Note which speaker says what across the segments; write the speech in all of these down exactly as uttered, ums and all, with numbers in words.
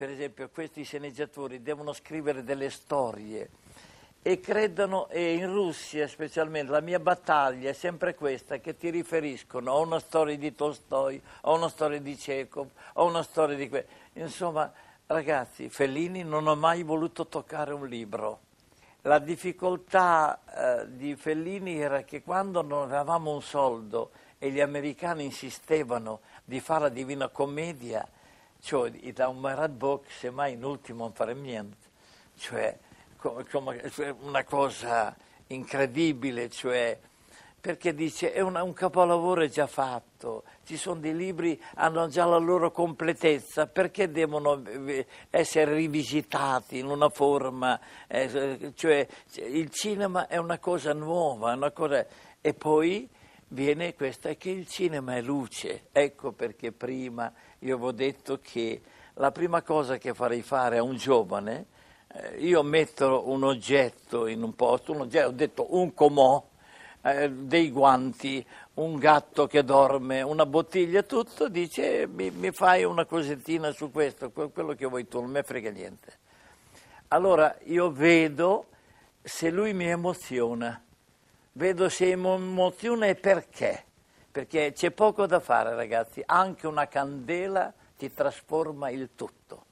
Speaker 1: per esempio, questi sceneggiatori devono scrivere delle storie e credono, e in Russia specialmente, la mia battaglia è sempre questa, che ti riferiscono a una storia di Tolstoi, a una storia di Chekhov, a una storia di... Que- Insomma, ragazzi, Fellini non ha mai voluto toccare un libro. La difficoltà eh, di Fellini era che quando non avevamo un soldo e gli americani insistevano di fare la Divina Commedia, cioè da un Marat Bock, semmai in ultimo non fare niente, cioè come, come una cosa incredibile, cioè perché dice è una, un capolavoro è già fatto, ci sono dei libri, hanno già la loro completezza, perché devono essere rivisitati in una forma, eh, cioè il cinema è una cosa nuova, una cosa, e poi viene questa, è che il cinema è luce, ecco perché prima io avevo detto che la prima cosa che farei fare a un giovane, eh, io metto un oggetto in un posto, un oggetto, ho detto un comò, eh, dei guanti, un gatto che dorme, una bottiglia, tutto, dice mi, mi fai una cosettina su questo, quello che vuoi tu, non me frega niente. Allora io vedo se lui mi emoziona, vedo se mi emoziona e perché, perché c'è poco da fare ragazzi, anche una candela ti trasforma il tutto.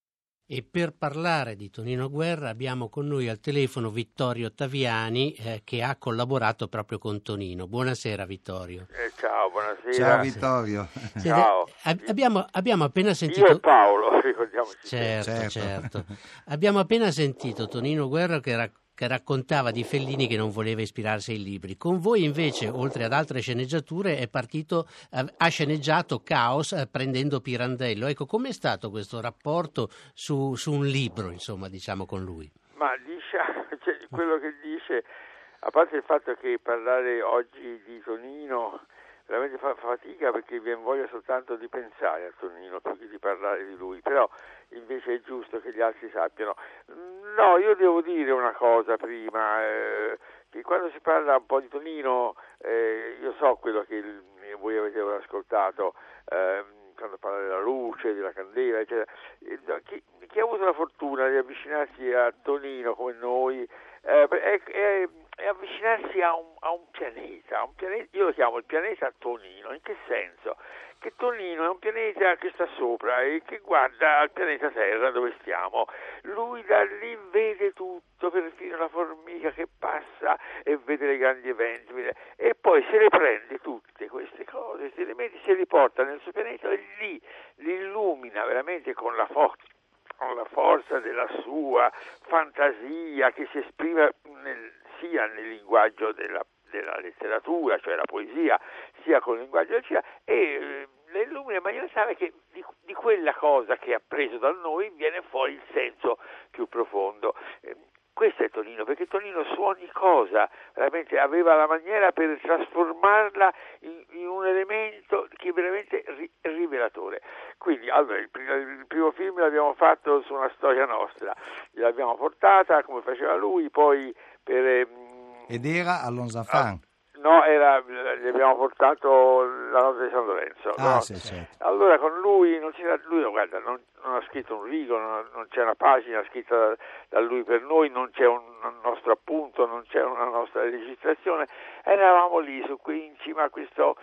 Speaker 2: E per parlare di Tonino Guerra abbiamo con noi al telefono Vittorio Taviani eh, che ha collaborato proprio con Tonino. Buonasera Vittorio.
Speaker 3: Eh, ciao, buonasera.
Speaker 4: Ciao Vittorio.
Speaker 2: Siete,
Speaker 3: Ciao.
Speaker 2: ab- abbiamo, abbiamo appena sentito...
Speaker 3: Io e Paolo, ricordiamoci.
Speaker 2: Certo,
Speaker 4: Certo.
Speaker 2: certo. Abbiamo appena sentito Tonino Guerra che era che raccontava di Fellini che non voleva ispirarsi ai libri. Con voi invece, oltre ad altre sceneggiature, è partito, eh, ha sceneggiato Caos eh, prendendo Pirandello. Ecco, com'è stato questo rapporto su, su un libro, insomma, diciamo, con lui?
Speaker 3: Ma diciamo, cioè, quello che dice, a parte il fatto che parlare oggi di Tonino veramente fa fatica perché viene voglia soltanto di pensare a Tonino più che di parlare di lui, però invece è giusto che gli altri sappiano. No, io devo dire una cosa prima, eh, che quando si parla un po' di Tonino, eh, io so quello che il, voi avete ascoltato, eh, quando parla della luce, della candela, eccetera. Eh, chi, chi ha avuto la fortuna di avvicinarsi a Tonino come noi, eh, è, è, è avvicinarsi a un, a un pianeta, a un pianeta, io lo chiamo il pianeta Tonino. In che senso? Che Tonino è un pianeta che sta sopra e che guarda al pianeta Terra dove stiamo. Lui da lì vede tutto, perfino la formica che passa e vede i grandi eventi, e poi se le prende tutte queste cose, se le mette, se li porta nel suo pianeta e lì li illumina veramente con la forza, con la forza della sua fantasia che si esprime nel, sia nel linguaggio della della letteratura, cioè la poesia, sia con il linguaggio del cinema, e eh, le illumina in maniera tale che di, di quella cosa che ha preso da noi viene fuori il senso più profondo. Eh, questo è Tonino, perché Tonino su ogni cosa veramente aveva la maniera per trasformarla in, in un elemento che è veramente ri, rivelatore. Quindi allora, il, il primo film l'abbiamo fatto su una storia nostra, l'abbiamo portata come faceva lui, poi per... Eh,
Speaker 4: Ed era a Lonzafan?
Speaker 3: No, era, gli abbiamo portato la notte di San Lorenzo.
Speaker 4: Ah,
Speaker 3: no?
Speaker 4: sì, certo.
Speaker 3: Allora con lui, non c'era, lui guarda, non, non ha scritto un rigo, non, non c'è una pagina scritta da, da lui per noi, non c'è un, un nostro appunto, non c'è una nostra registrazione. Eravamo lì, su qui, in cima a questo...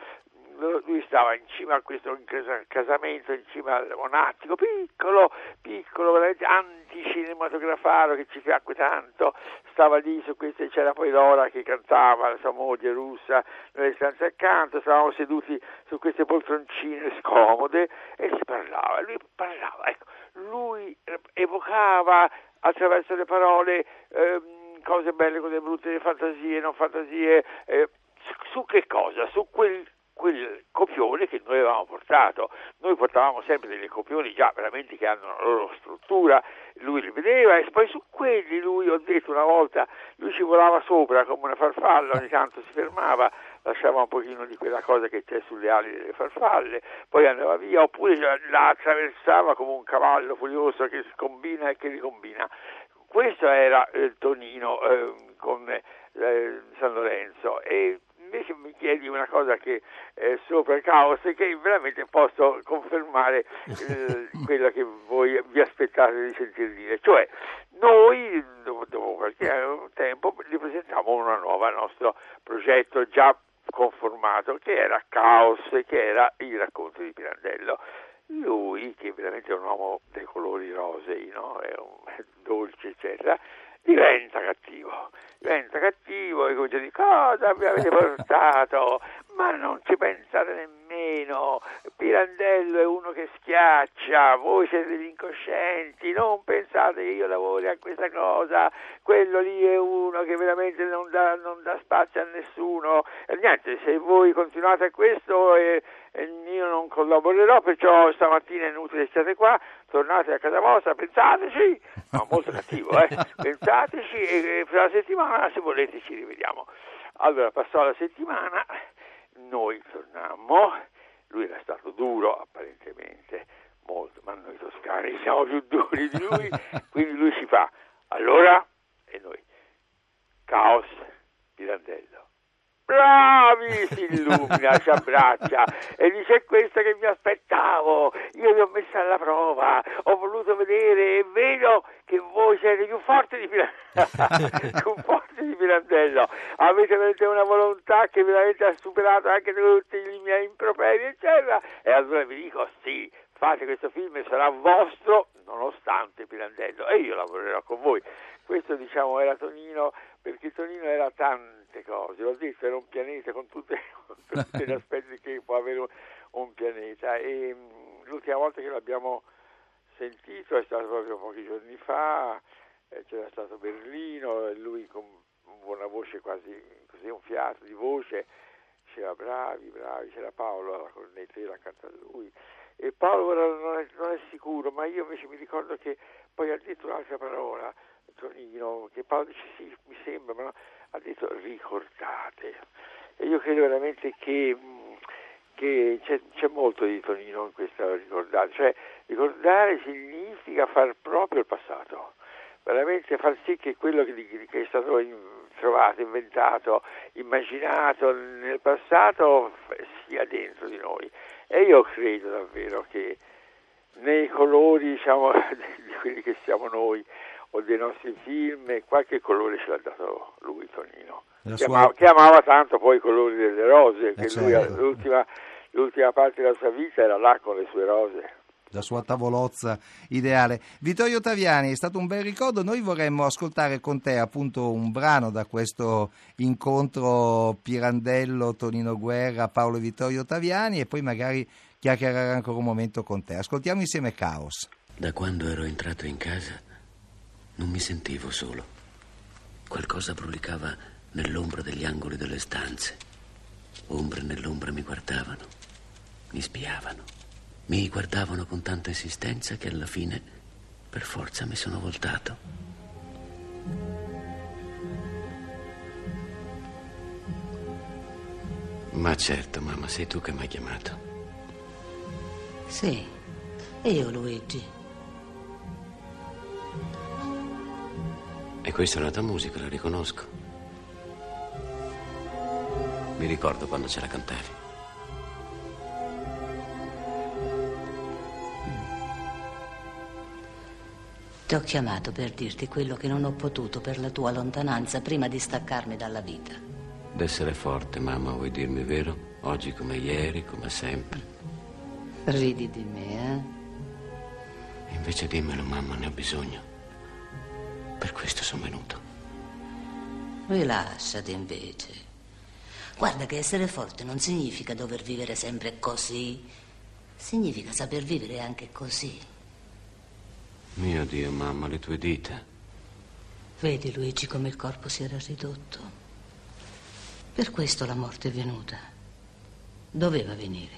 Speaker 3: Lui stava in cima a questo casamento, in cima al monatico, piccolo, piccolo, veramente anticinematografaro che ci piacque tanto. Stava lì su questo, c'era poi Lora che cantava, la sua moglie russa, nelle stanze accanto, stavamo seduti su queste poltroncine scomode e si parlava, lui parlava, ecco, lui evocava attraverso le parole eh, cose belle, cose brutte, fantasie, non fantasie, eh, su, su che cosa? Su quel quel copione che noi avevamo portato. Noi portavamo sempre delle copioni già veramente che hanno la loro struttura, lui li vedeva e poi su quelli lui, ho detto una volta, lui ci volava sopra come una farfalla, ogni tanto si fermava, lasciava un pochino di quella cosa che c'è sulle ali delle farfalle, poi andava via, oppure la attraversava come un cavallo furioso che scombina e che ricombina. Questo era il Tonino eh, con eh, San Lorenzo, e invece mi chiedi una cosa che è sopra il caos e che veramente posso confermare eh, quello che voi vi aspettate di sentire dire, cioè noi dopo, dopo qualche tempo ripresentiamo una nuova nostro progetto già conformato, che era Caos, che era il racconto di Pirandello. Lui, che veramente è un uomo dai colori rosei, no? È un è dolce, eccetera, diventa cattivo, diventa cattivo e comincia a dire: cosa mi avete portato? Ma non ci pensate nemmeno, Pirandello è uno che schiaccia, voi siete degli incoscienti, non pensate che io lavori a questa cosa, quello lì è uno che veramente non dà, non dà spazio a nessuno, e niente, se voi continuate a questo e, e io non collaborerò, perciò stamattina è inutile che siate qua, tornate a casa vostra, pensateci, no, molto cattivo, eh, pensateci e, e per la settimana, se volete, ci rivediamo. Allora, passò la settimana, noi tornammo, lui era stato duro apparentemente, molto, ma noi toscani siamo più duri di lui, quindi lui si fa: allora, e noi, Caos, Pirandello. Bravi, si illumina, ci abbraccia e dice: è questa che mi aspettavo, io vi ho messa alla prova, ho voluto vedere e vedo che voi siete più forti di Pirandello, più forti di Pirandello, avete veramente una volontà che veramente ha superato anche tutti i miei improperi, eccetera, e allora vi dico: sì, fate questo film e sarà vostro nonostante Pirandello e io lavorerò con voi. Questo, diciamo, era Tonino, perché Tonino era tante cose, l'ho detto, era un pianeta con tutte, con tutti gli aspetti che può avere un, un pianeta, e mh, l'ultima volta che l'abbiamo sentito è stato proprio pochi giorni fa, eh, c'era stato Berlino e lui con una voce quasi così, un fiato di voce, diceva: bravi, bravi, c'era Paolo alla cornetta accanto a lui, e Paolo ora non è, non è sicuro, ma io invece mi ricordo che poi ha detto un'altra parola, Tonino, che Paolo dice: sì, mi sembra, ma no, ha detto: ricordate. E io credo veramente che, che c'è, c'è molto di Tonino in questa ricordare, cioè ricordare significa far proprio il passato, veramente far sì che quello che, che è stato in, trovato, inventato, immaginato nel passato sia dentro di noi. E io credo davvero che nei colori, diciamo, di quelli che siamo noi o dei nostri film, qualche colore ce l'ha dato lui, Tonino, che, sua... amava, che amava tanto poi i colori delle rose, che eh lui certo. l'ultima, l'ultima parte della sua vita era là con le sue rose.
Speaker 4: La sua tavolozza ideale. Vittorio Taviani, è stato un bel ricordo. Noi vorremmo ascoltare con te appunto un brano da questo incontro Pirandello, Tonino Guerra, Paolo e Vittorio Taviani, e poi magari chiacchierare ancora un momento con te. Ascoltiamo insieme Caos.
Speaker 5: Da quando ero entrato in casa non mi sentivo solo. Qualcosa brulicava nell'ombra degli angoli delle stanze. Ombre nell'ombra mi guardavano, mi spiavano. Mi guardavano con tanta insistenza che alla fine, per forza, mi sono voltato. Ma certo, mamma, sei tu che mi hai chiamato.
Speaker 6: Sì, io, Luigi.
Speaker 5: E questa è la tua musica, la riconosco. Mi ricordo quando ce la cantavi.
Speaker 6: Ti ho chiamato per dirti quello che non ho potuto per la tua lontananza prima di staccarmi dalla vita.
Speaker 5: D'essere forte, mamma, vuoi dirmi vero? Oggi come ieri, come sempre.
Speaker 6: Ridi di me,
Speaker 5: eh? Invece dimmelo, mamma, ne ho bisogno. Per questo sono venuto.
Speaker 6: Rilassati invece. Guarda che essere forte non significa dover vivere sempre così. Significa saper vivere anche così.
Speaker 5: Mio Dio, mamma, le tue dita.
Speaker 6: Vedi, Luigi, come il corpo si era ridotto. Per questo la morte è venuta. Doveva venire.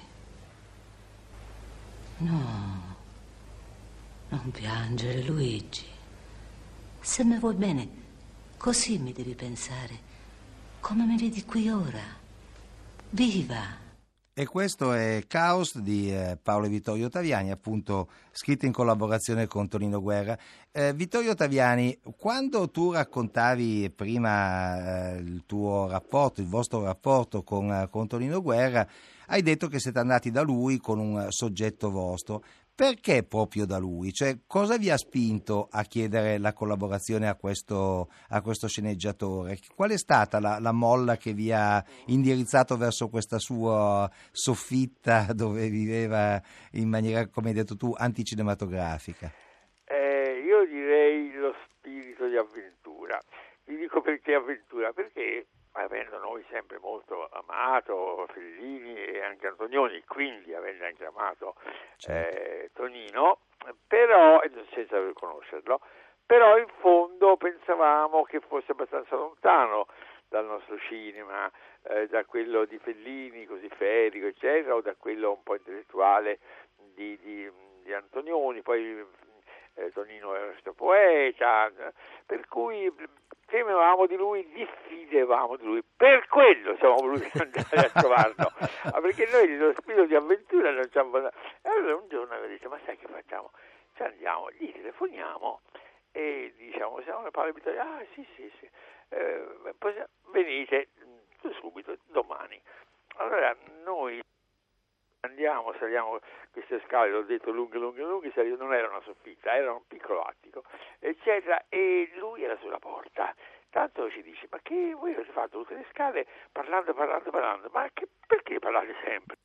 Speaker 6: No, non piangere, Luigi. Se mi vuoi bene, così mi devi pensare, come mi vedi qui ora, viva.
Speaker 4: E questo è Caos di eh, Paolo e Vittorio Taviani, appunto scritto in collaborazione con Tonino Guerra. Eh, Vittorio Taviani, quando tu raccontavi prima eh, il tuo rapporto, il vostro rapporto con, eh, con Tonino Guerra, hai detto che siete andati da lui con un soggetto vostro. Perché proprio da lui? Cioè, cosa vi ha spinto a chiedere la collaborazione a questo, a questo sceneggiatore? Qual è stata la, la molla che vi ha indirizzato verso questa sua soffitta dove viveva in maniera, come hai detto tu, anticinematografica?
Speaker 3: Eh, io direi lo spirito di avventura. Vi dico perché avventura, perché avendo noi sempre molto amato Fellini e anche Antonioni, quindi avendo anche amato eh, Tonino, però, senza conoscerlo, però in fondo pensavamo che fosse abbastanza lontano dal nostro cinema, eh, da quello di Fellini così ferico eccetera, o da quello un po' intellettuale di, di, di Antonioni. Poi eh, Tonino era questo poeta, per cui temevamo di lui, diffidevamo di lui, per quello siamo voluti andare a trovarlo, ah, perché noi nello spirito di avventura non ci avevamo. Allora un giorno aveva detto: ma sai che facciamo? Ci andiamo, gli telefoniamo e diciamo: siamo alla Paolo Vittorio. Ah sì sì sì, eh, poi venite subito, domani. Allora noi andiamo, saliamo queste scale, l'ho detto, lunghe, lunghe, lunghe, saliamo, non era una soffitta, era un piccolo attico, eccetera, e lui era sulla porta. Tanto ci dice: ma che voi avete fatto tutte le scale parlando, parlando, parlando, ma che, perché parlate sempre?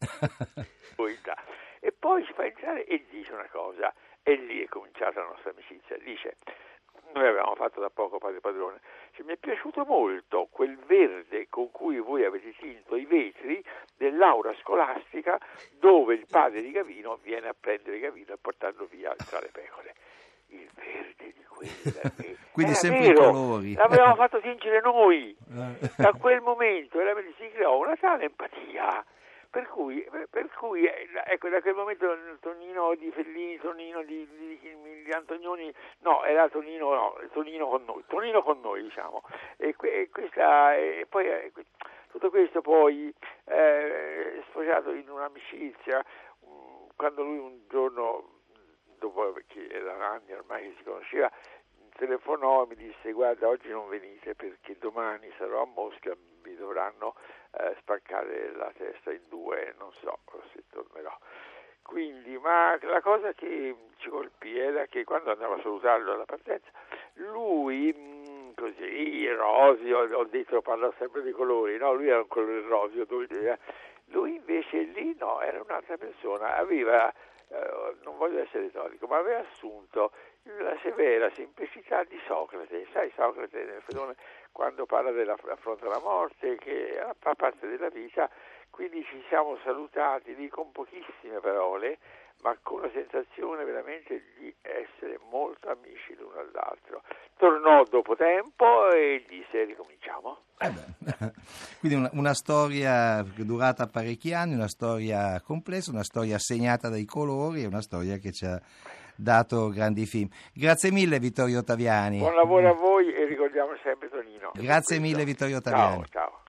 Speaker 3: E poi ci fa entrare e dice una cosa, e lì è cominciata la nostra amicizia. Dice: noi avevamo fatto da poco Padre Padrone, cioè, mi è piaciuto molto quel verde con cui voi avete tinto i vetri dell'aula scolastica dove il padre di Gavino viene a prendere Gavino e portarlo via tra le pecore. Il verde di quella che
Speaker 4: quindi
Speaker 3: era
Speaker 4: sempre
Speaker 3: vero,
Speaker 4: i colori
Speaker 3: l'avevamo fatto tingere noi. Da quel momento si creò una tale empatia, per cui, per cui ecco, da quel momento Tonino di Fellini, Tonino di, di, di, di Antonioni, no, era Tonino, no, Tonino con noi, Tonino con noi, diciamo. E, e questa, e poi eh, tutto questo poi eh, è sfociato in un'amicizia. Quando lui un giorno, dopo che era anni ormai che si conosceva, telefonò e mi disse: guarda, oggi non venite perché domani sarò a Mosca, mi dovranno eh, spaccare la testa in due, non so se tornerò. Quindi, ma la cosa che ci colpì era che quando andavo a salutarlo alla partenza, lui mh, così roseo, ho detto, parla sempre di colori, no? Lui era un colore roseo, lui invece lì no, era un'altra persona, aveva eh, non voglio essere retorico, ma aveva assunto la severa semplicità di Socrate. Sai, Socrate nel Fedone, quando parla dell'affronto alla morte, che fa parte della vita, quindi ci siamo salutati lì con pochissime parole, ma con la sensazione veramente di essere molto amici l'uno all'altro. Tornò dopo tempo e disse: ricominciamo.
Speaker 4: Eh beh. Quindi una, una storia durata parecchi anni, una storia complessa, una storia segnata dai colori e una storia che ci ha dato grandi film. Grazie mille Vittorio Taviani.
Speaker 3: Buon lavoro a voi e ricordiamo sempre Tonino.
Speaker 4: Grazie mille Vittorio Taviani.
Speaker 3: Ciao, ciao.